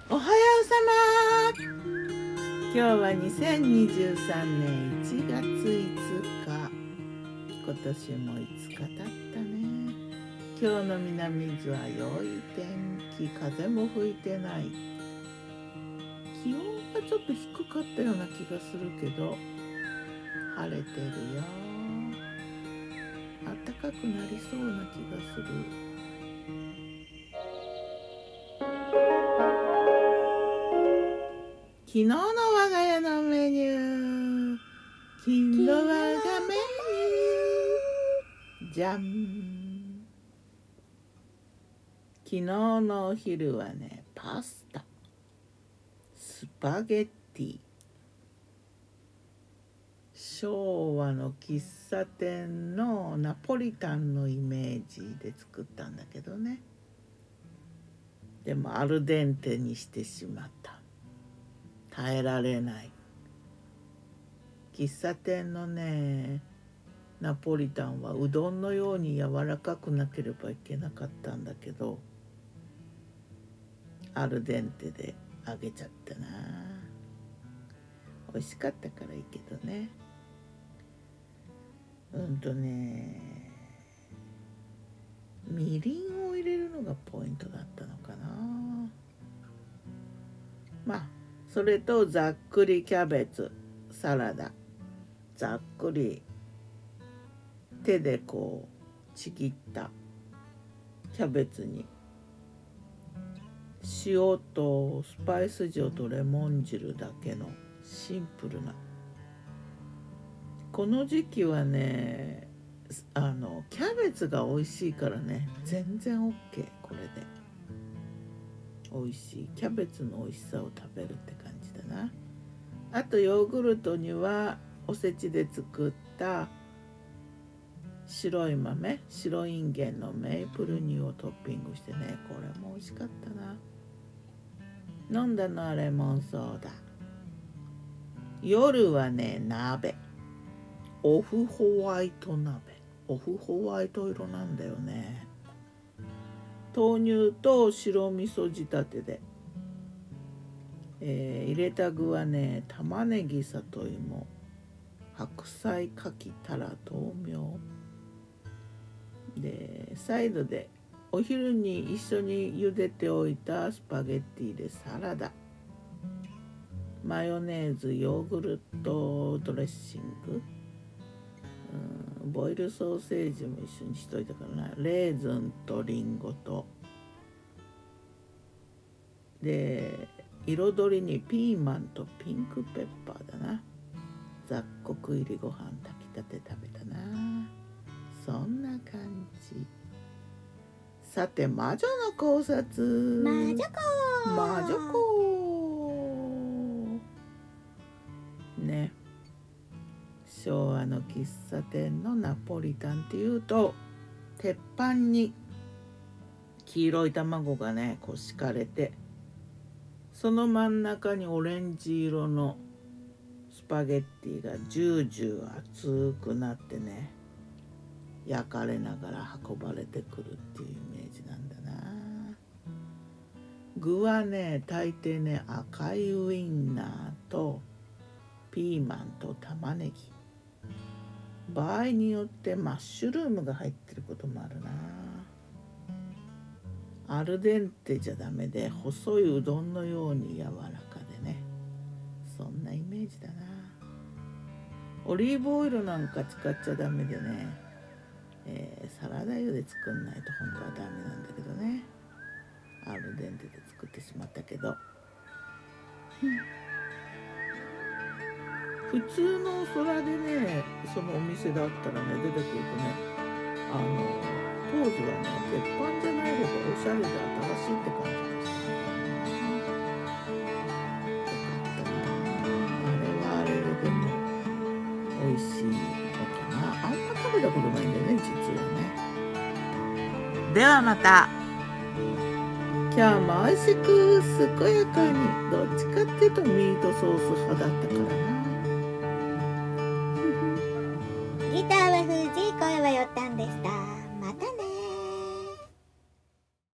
おはようさま。今日は2023年1月5日。今年も5日経ったね。今日の南伊豆は良い天気、風も吹いてない。気温がちょっと低かったような気がするけど晴れてるよ。暖かくなりそうな気がする。昨日の我が家のメニュー、昨日我がメニューじゃん。昨日のお昼はね、パスタ、スパゲッティ。昭和の喫茶店のナポリタンのイメージで作ったんだけどね。でもアルデンテにしてしまった。耐えられない。喫茶店のね、ナポリタンはうどんのように柔らかくなければいけなかったんだけど、アルデンテで揚げちゃったな。美味しかったからいいけどね。みりんを入れるのがポイントだったのかな。まあそれとざっくりキャベツサラダ、ざっくり手でこうちぎったキャベツに塩とスパイス塩とレモン汁だけのシンプルな。この時期はね、キャベツが美味しいからね、全然 OK。 これで美味しいキャベツの美味しさを食べるって感じだな。あとヨーグルトにはおせちで作った白い豆、白いんげんのメープル乳をトッピングしてね、これも美味しかったな。飲んだのはレモンソーダ。夜はね、鍋、オフホワイト鍋。オフホワイト色なんだよね。豆乳と白味噌仕立てで、入れた具はね、玉ねぎ、里芋、白菜、かき、たら、豆苗で、サイドでお昼に一緒に茹でておいたスパゲッティでサラダ、マヨネーズ、ヨーグルトドレッシング、ボイルソーセージも一緒にしといたからな。レーズンとリンゴとで、彩りにピーマンとピンクペッパーだな。雑穀入りご飯炊きたて食べたな。そんな感じ。さて、魔女の考察。 魔女子ね。昭和の喫茶店のナポリタンっていうと、鉄板に黄色い卵がねこう敷かれて、その真ん中にオレンジ色のスパゲッティがジュージュー熱くなってね、焼かれながら運ばれてくるっていうイメージなんだな。具はね、大抵ね、赤いウインナーとピーマンと玉ねぎ、場合によってマッシュルームが入ってることもあるな。アルデンテじゃダメで、細いうどんのように柔らかでね、そんなイメージだな。オリーブオイルなんか使っちゃダメでね、サラダ油で作んないと本当はダメなんだけどね。アルデンテで作ってしまったけど、普通のお皿でね、そのお店だったらね、出てくるとね、当時はね、鉄板じゃない方がおしゃれで新しいって感じでしたね。よかったな。あれはあれででも美味しいのかな。あんま食べたことないんだよね、実はね。ではまた。今日も美味しく健やかに、どっちかっていうとミートソース派だったからな。 ギターは藤井、声はよったんでした。